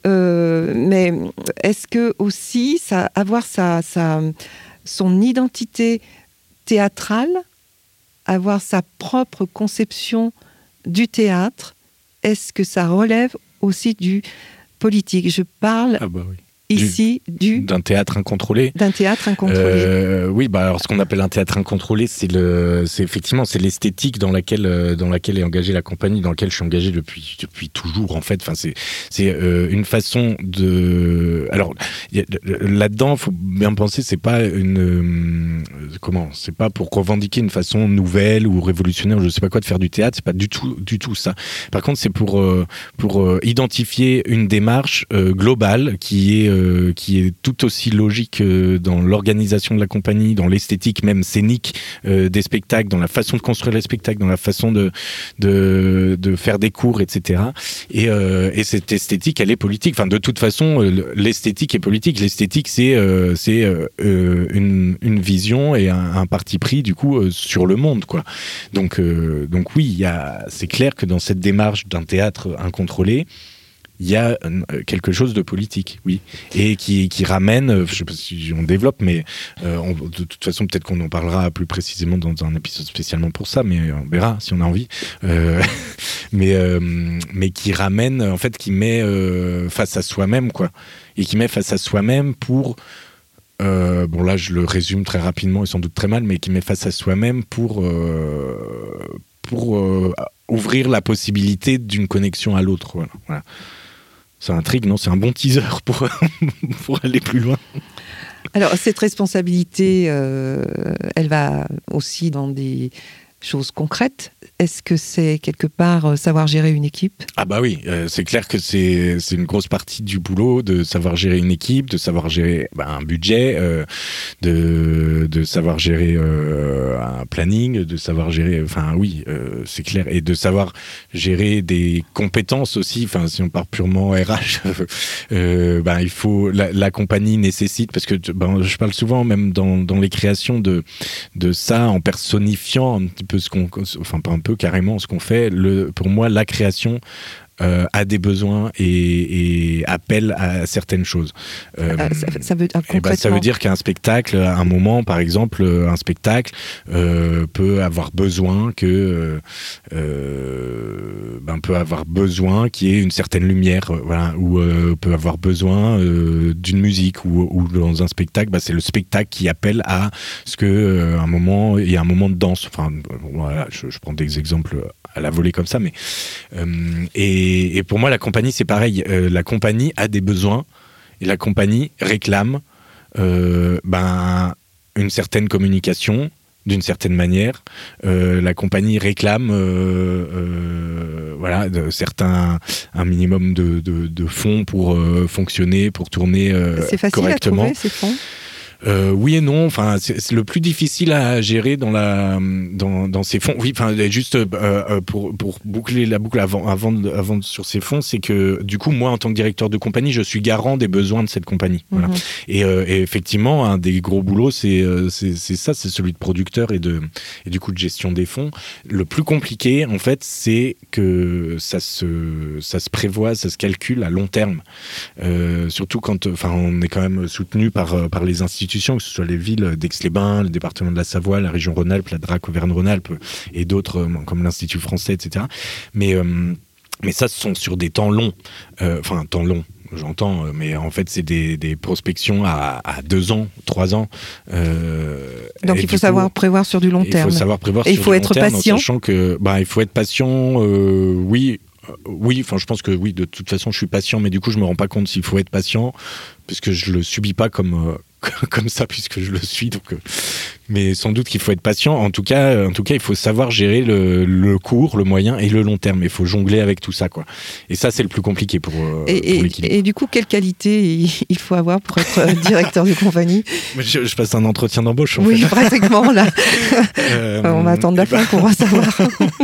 euh, mais est-ce que aussi ça, avoir sa, sa, son identité théâtrale, avoir sa propre conception du théâtre, est-ce que ça relève aussi du politique ? Je parle... Ah bah oui. Ici, du... D'un théâtre incontrôlé. D'un théâtre incontrôlé. Euh, oui, bah alors ce qu'on appelle un théâtre incontrôlé, c'est le, c'est effectivement c'est l'esthétique dans laquelle dans laquelle est engagée la compagnie, dans laquelle je suis engagé depuis depuis toujours en fait. Enfin c'est c'est euh, une façon de. Alors y a, là-dedans, faut bien penser, c'est pas une euh, comment, c'est pas pour revendiquer une façon nouvelle ou révolutionnaire, je sais pas quoi, de faire du théâtre. C'est pas du tout du tout ça. Par contre, c'est pour euh, pour euh, identifier une démarche euh, globale qui est Euh, qui est tout aussi logique euh, dans l'organisation de la compagnie, dans l'esthétique même scénique euh, des spectacles, dans la façon de construire les spectacles, dans la façon de de, de faire des cours, et cetera. Et, euh, et cette esthétique, elle est politique. Enfin, de toute façon, l'esthétique est politique. L'esthétique, c'est euh, c'est euh, une une vision et un, un parti pris du coup euh, sur le monde, quoi. Donc euh, donc oui, il y a, c'est clair que dans cette démarche d'un théâtre incontrôlé, il y a quelque chose de politique, oui, et qui, qui ramène, je ne sais pas si on développe, mais euh, on, de toute façon, peut-être qu'on en parlera plus précisément dans un épisode spécialement pour ça, mais on verra si on a envie. Euh, mais, euh, mais qui ramène, en fait, qui met euh, face à soi-même, quoi, et qui met face à soi-même pour... Euh, bon là je le résume très rapidement et sans doute très mal, mais qui met face à soi-même pour, euh, pour euh, ouvrir la possibilité d'une connexion à l'autre. Voilà. Voilà. Ça intrigue, non ? C'est un bon teaser pour, pour aller plus loin. Alors cette responsabilité, euh, elle va aussi dans des choses concrètes. Est-ce que c'est quelque part euh, savoir gérer une équipe ? Ah bah oui, euh, c'est clair que c'est, c'est une grosse partie du boulot de savoir gérer une équipe, de savoir gérer bah, un budget, euh, de, de savoir gérer euh, un planning, de savoir gérer... Enfin oui, euh, c'est clair. Et de savoir gérer des compétences aussi. Enfin, si on part purement R H, euh, bah, il faut... La, la compagnie nécessite... Parce que bah, je parle souvent, même dans, dans les créations, de, de ça, en personnifiant un petit peu ce qu'on... Enfin, pas un peu, carrément ce qu'on fait. Le, pour moi, la création euh, a des besoins et, et appelle à certaines choses. Euh, euh, ça, ça, veut, euh, eh ben, ça veut dire qu'un spectacle, à un moment, par exemple, un spectacle euh, peut avoir besoin que euh, ben, peut avoir besoin qu'il y ait une certaine lumière, euh, voilà, ou euh, peut avoir besoin euh, d'une musique, ou, ou dans un spectacle, ben, c'est le spectacle qui appelle à ce que euh, un moment, il y a un moment de danse. Enfin, voilà, je, je prends des exemples à la volée comme ça, mais euh, et, et pour moi, la compagnie, c'est pareil. Euh, la compagnie a des besoins et la compagnie réclame euh, ben une certaine communication. D'une certaine manière, euh, la compagnie réclame euh, euh, voilà, de certains, un minimum de, de, de fonds pour euh, fonctionner, pour tourner euh, c'est facile correctement. À trouver, ces fonds ? Euh, oui et non. Enfin, c'est, c'est le plus difficile à gérer dans la dans, dans ces fonds. Oui, enfin, juste euh, pour pour boucler la boucle avant avant de, avant de, sur ces fonds, c'est que du coup, moi, en tant que directeur de compagnie, je suis garant des besoins de cette compagnie. Mm-hmm. Voilà. Et, euh, et effectivement, un des gros boulots, c'est c'est c'est ça, c'est celui de producteur et de et du coup de gestion des fonds. Le plus compliqué, en fait, c'est que ça se ça se prévoit, ça se calcule à long terme. Euh, surtout quand, enfin, on est quand même soutenu par par les institutions, que ce soit les villes d'Aix-les-Bains, le département de la Savoie, la région Rhône-Alpes, la D R A C Auvergne-Rhône-Alpes et d'autres comme l'Institut français, et cetera. Mais, euh, mais ça, ce sont sur des temps longs. Euh, enfin, temps long, j'entends, mais en fait, c'est des, des prospections à, à deux ans, trois ans. Euh, Donc, il faut savoir coup, prévoir sur du long terme. Il faut savoir prévoir et sur il faut du être long terme, patient. En sachant que, bah, il faut être patient, euh, oui. Oui, enfin, je pense que oui, de toute façon, je suis patient, mais du coup, je me rends pas compte s'il faut être patient, puisque je le subis pas comme, euh, comme ça, puisque je le suis. Donc, euh, mais sans doute qu'il faut être patient. En tout cas, en tout cas, il faut savoir gérer le, le court, le moyen et le long terme. Il faut jongler avec tout ça, quoi. Et ça, c'est le plus compliqué pour, euh, et, pour l'équilibre. Et, et du coup, quelle qualité il faut avoir pour être directeur de compagnie ? je, je passe un entretien d'embauche, en oui, fait. pratiquement, là. Euh, On va attendre la fin ben... pour en savoir.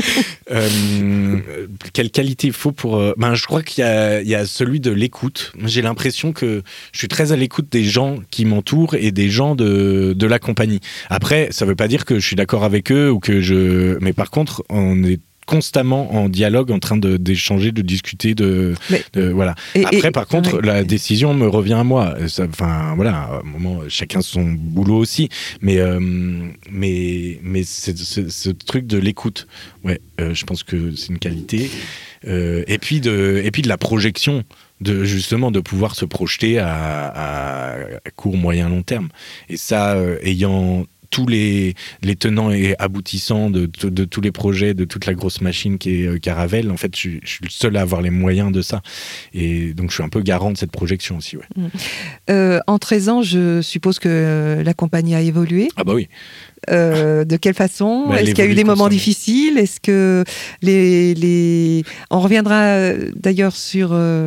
euh, quelle qualité il faut pour... Euh... Ben, je crois qu'il y a, il y a celui de l'écoute. J'ai l'impression que je suis très à l'écoute des gens qui m'entourent et des gens de, de la compagnie. Après, ça ne veut pas dire que je suis d'accord avec eux ou que je... Mais par contre, on est constamment en dialogue, en train de, d'échanger, de discuter, de, mais, de voilà. Et, Après, et, par contre, ouais. la décision me revient à moi. Enfin, voilà, à un moment, chacun son boulot aussi. Mais, euh, mais, mais c'est, c'est, ce truc de l'écoute, ouais, euh, je pense que c'est une qualité. Euh, et puis de, et puis de la projection. De, justement de pouvoir se projeter à, à, à court, moyen, long terme. Et ça, euh, ayant tous les, les tenants et aboutissants de, de, de tous les projets, de toute la grosse machine qui est euh, Caravelle, en fait, je, je suis le seul à avoir les moyens de ça. Et donc, je suis un peu garant de cette projection aussi. Ouais. Mmh. Euh, en treize ans, je suppose que la compagnie a évolué. Ah bah oui. Euh, de quelle façon ? bah, Est-ce qu'il y a eu des moments difficiles ? Est-ce que les, les... On reviendra d'ailleurs sur... Euh,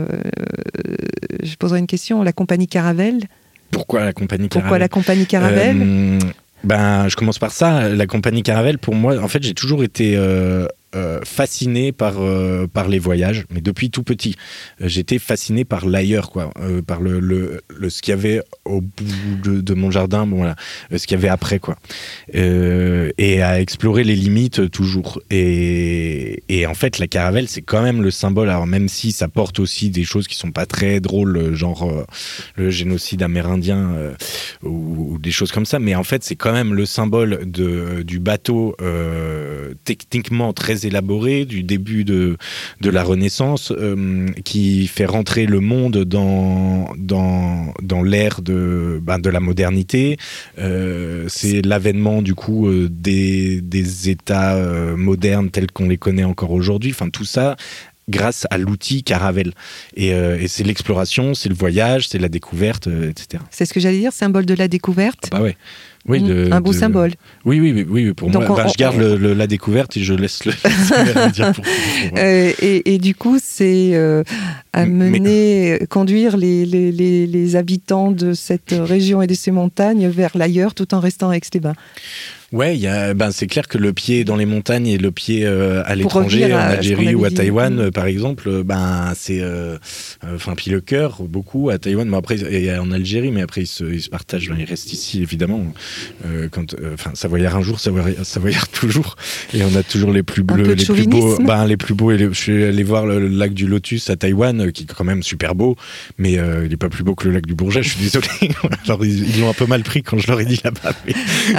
je poserai une question. La compagnie Caravelle. Pourquoi la compagnie Caravelle ? Pourquoi la compagnie Caravelle ? euh, ben, je commence par ça. La compagnie Caravelle, pour moi, en fait, j'ai toujours été... Euh... Euh, fasciné par, euh, par les voyages, mais depuis tout petit. Euh, j'étais fasciné par l'ailleurs, quoi, euh, par le, le, le, ce qu'il y avait au bout de, de mon jardin, bon, voilà, euh, ce qu'il y avait après, quoi. Euh, et à explorer les limites euh, toujours. Et, et en fait, la Caravelle, c'est quand même le symbole, alors même si ça porte aussi des choses qui sont pas très drôles, genre euh, le génocide amérindien euh, ou, ou des choses comme ça, mais en fait, c'est quand même le symbole de, du bateau euh, techniquement très élaboré du début de, de la Renaissance euh, qui fait rentrer le monde dans, dans, dans l'ère de, ben, de la modernité. Euh, c'est l'avènement du coup euh, des, des États euh, modernes tels qu'on les connaît encore aujourd'hui. Enfin, tout ça grâce à l'outil Caravelle. Et, euh, et c'est l'exploration, c'est le voyage, c'est la découverte, euh, et cetera. C'est ce que j'allais dire, symbole de la découverte. Ah bah ouais. Oui, de, un beau de... symbole. Oui, oui, oui, oui pour Donc moi, on, ben, on, je garde on... le, le, la découverte et je laisse le dire pour, pour, pour euh, et, et du coup, c'est euh, amener, Mais... conduire les, les, les, les habitants de cette région et de ces montagnes vers l'ailleurs tout en restant à Aix-les-Bains. Ouais, y a, ben, c'est clair que le pied dans les montagnes et le pied euh, à l'étranger, en Algérie ou à Taïwan, mmh. par exemple, ben, c'est... Enfin, euh, puis le cœur, beaucoup, à Taïwan, mais après, et en Algérie, mais après, ils se, ils se partagent, ils restent ici, évidemment. Euh, quand, enfin, euh, Savoyard un jour, Savoyard, Savoyard toujours. Et on a toujours les plus, bleus, les plus beaux... Ben, les plus beaux, et les, je suis allé voir le, le lac du Lotus à Taïwan, qui est quand même super beau, mais euh, il n'est pas plus beau que le lac du Bourget, je suis désolé. Alors, ils, ils l'ont un peu mal pris quand je leur ai dit là-bas. Mais...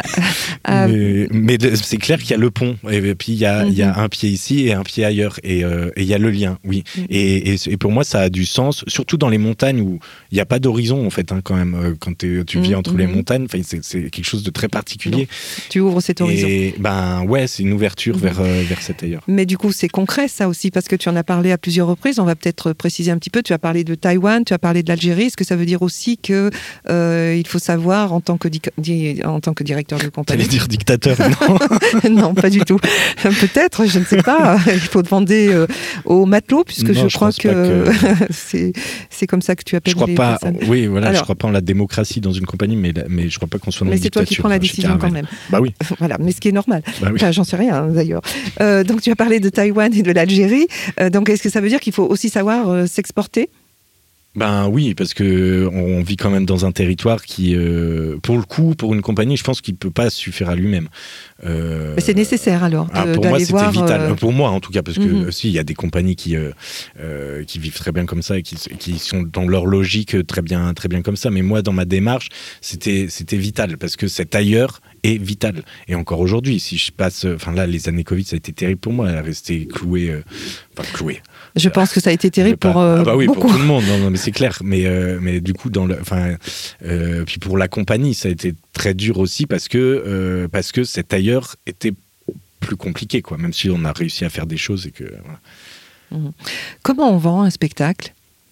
Ah, Mais, mais c'est clair qu'il y a le pont, et puis il y a, mm-hmm. il y a un pied ici et un pied ailleurs, et, euh, et il y a le lien, oui. Mm-hmm. Et, et, et pour moi, ça a du sens, surtout dans les montagnes où il n'y a pas d'horizon, en fait, hein, quand même, quand tu vis entre mm-hmm. les montagnes, c'est, c'est quelque chose de très particulier. Donc, tu ouvres cet horizon. Et ben ouais, c'est une ouverture mm-hmm. vers, euh, vers cet ailleurs. Mais du coup, c'est concret, ça aussi, parce que tu en as parlé à plusieurs reprises, on va peut-être préciser un petit peu, tu as parlé de Taïwan, tu as parlé de l'Algérie, est-ce que ça veut dire aussi qu'il euh, faut savoir, en tant que, di- di- en tant que directeur de compagnie... T'allais dire dictateur, non? Non, pas du tout. Peut-être, je ne sais pas. Il faut demander euh, aux matelots, puisque non, je, je crois que, que... c'est, c'est comme ça que tu appelles je crois les pas, personnes. Oui, voilà, Alors, je crois pas en la démocratie dans une compagnie, mais, mais je crois pas qu'on soit dans une dictature. Mais c'est toi qui prends la décision quand même. Bah oui. Voilà, mais ce qui est normal. Bah oui. Enfin, j'en sais rien, hein, d'ailleurs. Euh, donc, tu as parlé de Taïwan et de l'Algérie. Euh, donc, est-ce que ça veut dire qu'il faut aussi savoir euh, s'exporter ? Ben oui, parce que on vit quand même dans un territoire qui, euh, pour le coup, pour une compagnie, je pense qu'il peut pas suffire à lui-même. Euh, Mais c'est nécessaire alors. De, ah, pour moi, c'était voir, vital. Euh... Pour moi, en tout cas, parce que mm-hmm. si, il y a des compagnies qui euh, euh, qui vivent très bien comme ça et qui, qui sont dans leur logique très bien, très bien comme ça. Mais moi, dans ma démarche, c'était c'était vital parce que cet ailleurs est vital. Et encore aujourd'hui, si je passe, enfin là, les années Covid, ça a été terrible pour moi, rester cloué, euh, enfin cloué. Je pense que ça a été terrible pour euh, ah bah oui, beaucoup. pour tout le monde. Non, non, mais c'est clair. Mais euh, mais du coup, dans le, enfin, euh, puis pour la compagnie, ça a été très dur aussi parce que euh, parce que cet ailleurs était plus compliqué, quoi. Même si on a réussi à faire des choses et que. Voilà. Mmh. Comment on vend un spectacle ?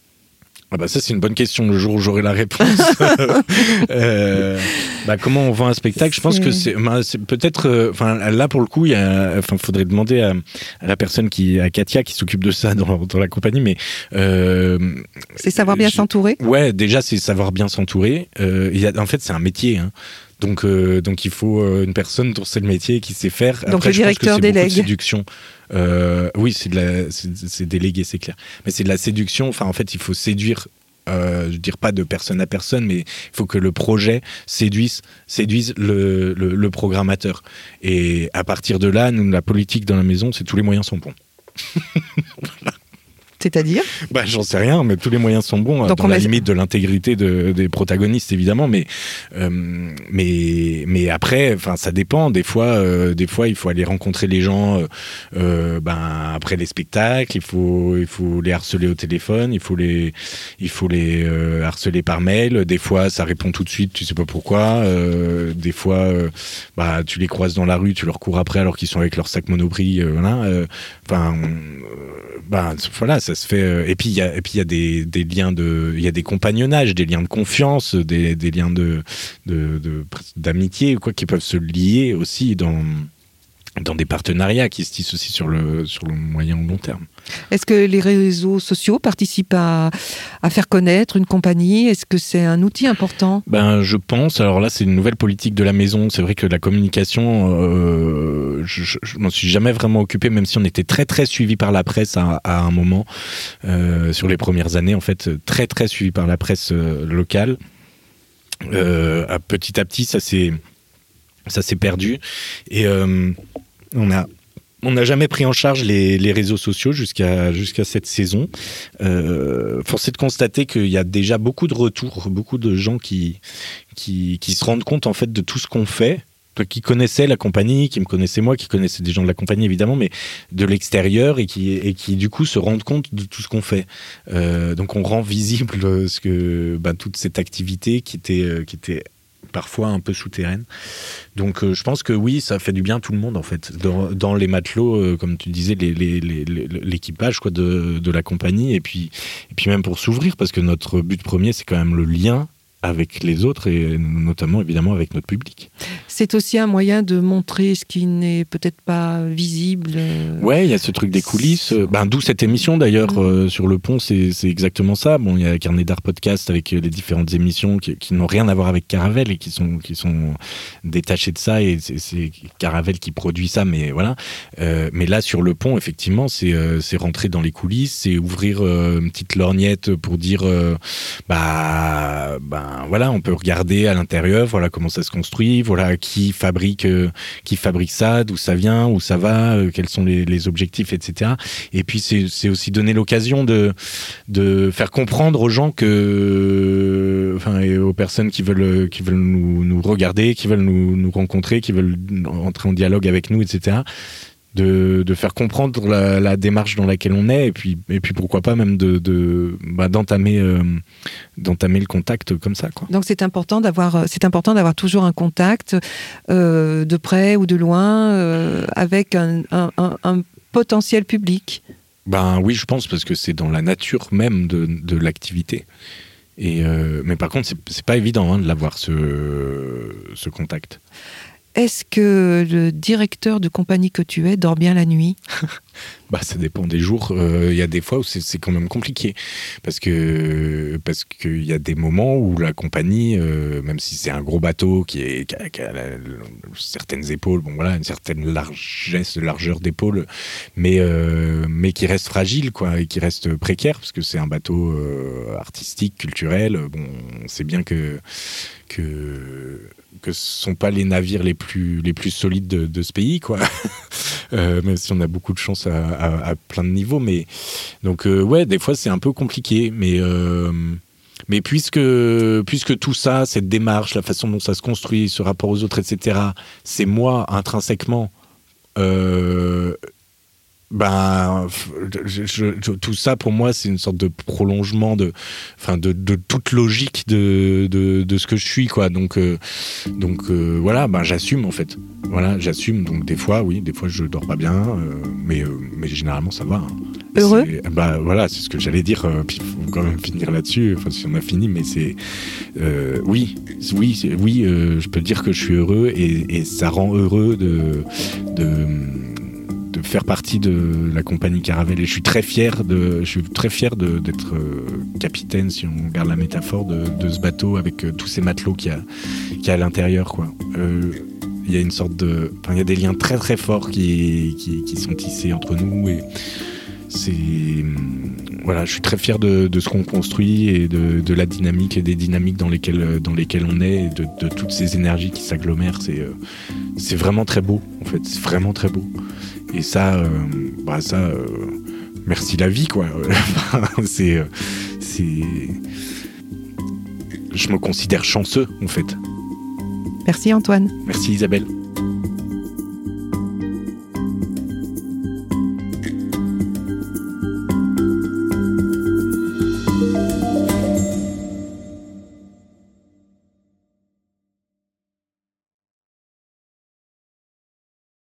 Ah bah ça c'est une bonne question, le jour où j'aurai la réponse. euh, bah comment on vend un spectacle ? Je pense que c'est, bah, c'est peut-être, enfin euh, là pour le coup, il y a, enfin faudrait demander à, à la personne qui, à Katia qui s'occupe de ça dans, dans la compagnie, mais euh, c'est savoir bien s'entourer. Ouais, déjà c'est savoir bien s'entourer. Euh, il y a, en fait c'est un métier. Hein. Donc, euh, donc il faut euh, une personne dont c'est le métier qui sait faire. Donc Après, le directeur délègue. De séduction. Euh, oui, c'est, de la, c'est, c'est délégué, c'est clair. Mais c'est de la séduction. Enfin, en fait, il faut séduire. Euh, je veux dire pas de personne à personne, mais il faut que le projet séduise, séduise le, le, le programmateur. Et à partir de là, nous, la politique dans la maison, c'est tous les moyens sont bons. Voilà. C'est-à-dire ? Bah, j'en sais rien, mais tous les moyens sont bons, donc dans la limite de l'intégrité de, des protagonistes, évidemment. Mais, euh, mais, mais après, enfin, ça dépend. Des fois, euh, des fois, il faut aller rencontrer les gens euh, euh, ben, après les spectacles. Il faut, il faut les harceler au téléphone. Il faut les, il faut les euh, harceler par mail. Des fois, ça répond tout de suite, tu sais pas pourquoi. Euh, des fois, euh, bah, tu les croises dans la rue, tu leur cours après alors qu'ils sont avec leur sac Monoprix. Euh, voilà. Euh, enfin, euh, bah, voilà. Ça se fait, et puis il y a, et puis il y a des, des liens de, il y a des compagnonnages, des liens de confiance, des, des liens de, de, de, d'amitié, quoi, qui peuvent se lier aussi dans, dans des partenariats qui se tissent aussi sur le, sur le moyen ou long terme. Est-ce que les réseaux sociaux participent à, à faire connaître une compagnie ? Est-ce que c'est un outil important ? Ben, je pense. Alors là, c'est une nouvelle politique de la maison. C'est vrai que la communication, euh, je, je, je m'en suis jamais vraiment occupé, même si on était très très suivi par la presse à, à un moment, euh, sur les premières années, en fait, très très suivi par la presse euh, locale. Euh, à, petit à petit, ça s'est, ça s'est perdu. Et euh, on a On n'a jamais pris en charge les, les réseaux sociaux jusqu'à, jusqu'à cette saison. Euh, force est de constater qu'il y a déjà beaucoup de retours, beaucoup de gens qui, qui, qui se rendent compte en fait de tout ce qu'on fait, qui connaissaient la compagnie, qui me connaissaient moi, qui connaissaient des gens de la compagnie évidemment, mais de l'extérieur et qui, et qui du coup se rendent compte de tout ce qu'on fait. Euh, donc on rend visible ce que, ben, toute cette activité qui était, euh, qui était parfois un peu souterraine. Donc euh, je pense que oui, ça fait du bien à tout le monde en fait. Dans, dans les matelots, euh, comme tu disais, les, les, les, les, l'équipage quoi, de, de la compagnie, et puis, et puis même pour s'ouvrir, parce que notre but premier, c'est quand même le lien avec les autres et notamment évidemment avec notre public. c'est aussi un moyen de montrer ce qui n'est peut-être pas visible. Ouais, il y a ce truc des coulisses. Ben, d'où cette émission d'ailleurs mmh. euh, sur Le Pont, c'est, c'est exactement ça. Bon, il y a Carnet d'Art Podcast avec les différentes émissions qui, qui n'ont rien à voir avec Caravelle et qui sont, qui sont détachées de ça. Et c'est, c'est Caravelle qui produit ça, mais voilà. Euh, mais là, sur Le Pont, effectivement, c'est, euh, c'est rentrer dans les coulisses, c'est ouvrir euh, une petite lorgnette pour dire, euh, bah, ben voilà, on peut regarder à l'intérieur, voilà comment ça se construit, voilà qui fabrique, euh, qui fabrique ça, d'où ça vient, où ça va, euh, quels sont les, les objectifs, et cetera. Et puis c'est, c'est aussi donner l'occasion de, de faire comprendre aux gens que, enfin, et aux personnes qui veulent, qui veulent nous, nous regarder, qui veulent nous, nous rencontrer, qui veulent entrer en dialogue avec nous, et cetera. De, de faire comprendre la, la démarche dans laquelle on est, et puis, et puis pourquoi pas même de, de, bah, d'entamer, euh, d'entamer le contact comme ça, quoi. Donc c'est important d'avoir, c'est important d'avoir toujours un contact, euh, de près ou de loin, euh, avec un, un, un, un potentiel public. Ben oui, je pense, parce que c'est dans la nature même de, de l'activité. Et euh, mais par contre, c'est, c'est pas évident hein, de l'avoir, ce, ce contact. Est-ce que le directeur de compagnie que tu es dort bien la nuit ? Bah, ça dépend des jours. Il euh, y a des fois où c'est, c'est quand même compliqué. Parce que parce qu'il y a des moments où la compagnie, euh, même si c'est un gros bateau qui, est, qui, a, qui a la, certaines épaules, bon voilà, une certaine largesse, largeur d'épaule, mais, euh, mais qui reste fragile, quoi, et qui reste précaire, parce que c'est un bateau euh, artistique, culturel. Bon, on sait bien que... que que ce sont pas les navires les plus les plus solides de, de ce pays, quoi. euh, même si on a beaucoup de chance à, à, à plein de niveaux, mais donc euh, ouais, des fois c'est un peu compliqué, mais euh, mais puisque puisque tout ça, cette démarche, la façon dont ça se construit, ce rapport aux autres, et cetera, c'est moi intrinsèquement. Euh, Ben, je, je, je, tout ça pour moi c'est une sorte de prolongement de, enfin de, de toute logique de, de, de ce que je suis, quoi. Donc, euh, donc euh, voilà, ben j'assume en fait. Voilà, j'assume. Donc des fois, oui, des fois je dors pas bien, euh, mais euh, mais généralement ça va. Hein. Heureux. C'est, bah voilà, c'est ce que j'allais dire. Euh, puis il faut quand même finir là-dessus. Enfin, si on a fini, mais c'est euh, oui, oui, c'est, oui. Euh, je peux dire que je suis heureux et, et ça rend heureux de de de faire partie de la compagnie Caravelle, et je suis très fier de, je suis très fier de, d'être euh, capitaine, si on regarde la métaphore de, de ce bateau avec euh, tous ces matelots qu'il y a, qu'il y a à l'intérieur, quoi. Euh, il y a une sorte de, enfin, il y a des liens très très forts qui, qui, qui sont tissés entre nous, et c'est, voilà, je suis très fier de, de ce qu'on construit et de, de la dynamique et des dynamiques dans lesquelles, dans lesquelles on est, et de, de toutes ces énergies qui s'agglomèrent. C'est, euh, c'est vraiment très beau, en fait, c'est vraiment très beau. Et ça, euh, bah ça, euh, merci la vie, quoi. c'est, c'est, je me considère chanceux, en fait. Merci Antoine. Merci Isabelle.